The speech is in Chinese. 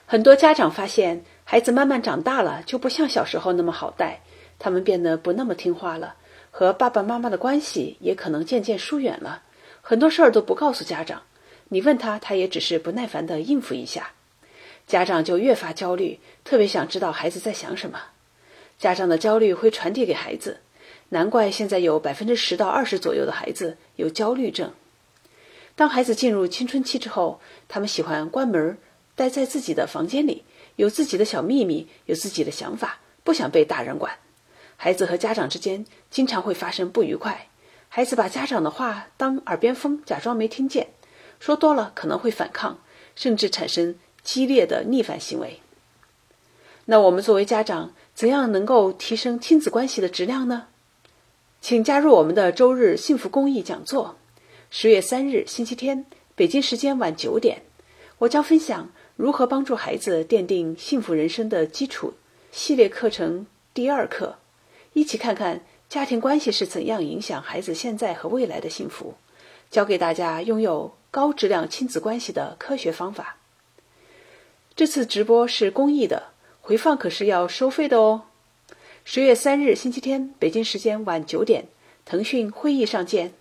很多家长发现，孩子慢慢长大了，就不像小时候那么好带，他们变得不那么听话了，和爸爸妈妈的关系也可能渐渐疏远了，很多事儿都不告诉家长，你问他，他也只是不耐烦地应付一下。家长就越发焦虑，特别想知道孩子在想什么。家长的焦虑会传递给孩子，难怪现在有10%到20%左右的孩子有焦虑症。当孩子进入青春期之后，他们喜欢关门，待在自己的房间里，有自己的小秘密，有自己的想法，不想被大人管。孩子和家长之间经常会发生不愉快，孩子把家长的话当耳边风，假装没听见，说多了可能会反抗，甚至产生激烈的逆反行为。那我们作为家长，怎样能够提升亲子关系的质量呢？请加入我们的周日幸福公益讲座，10月3日星期天，北京时间晚9点，我将分享如何帮助孩子奠定幸福人生的基础系列课程第2课，一起看看家庭关系是怎样影响孩子现在和未来的幸福，教给大家拥有高质量亲子关系的科学方法。这次直播是公益的，回放可是要收费的哦。10月3日星期天，北京时间晚9点，腾讯会议上见。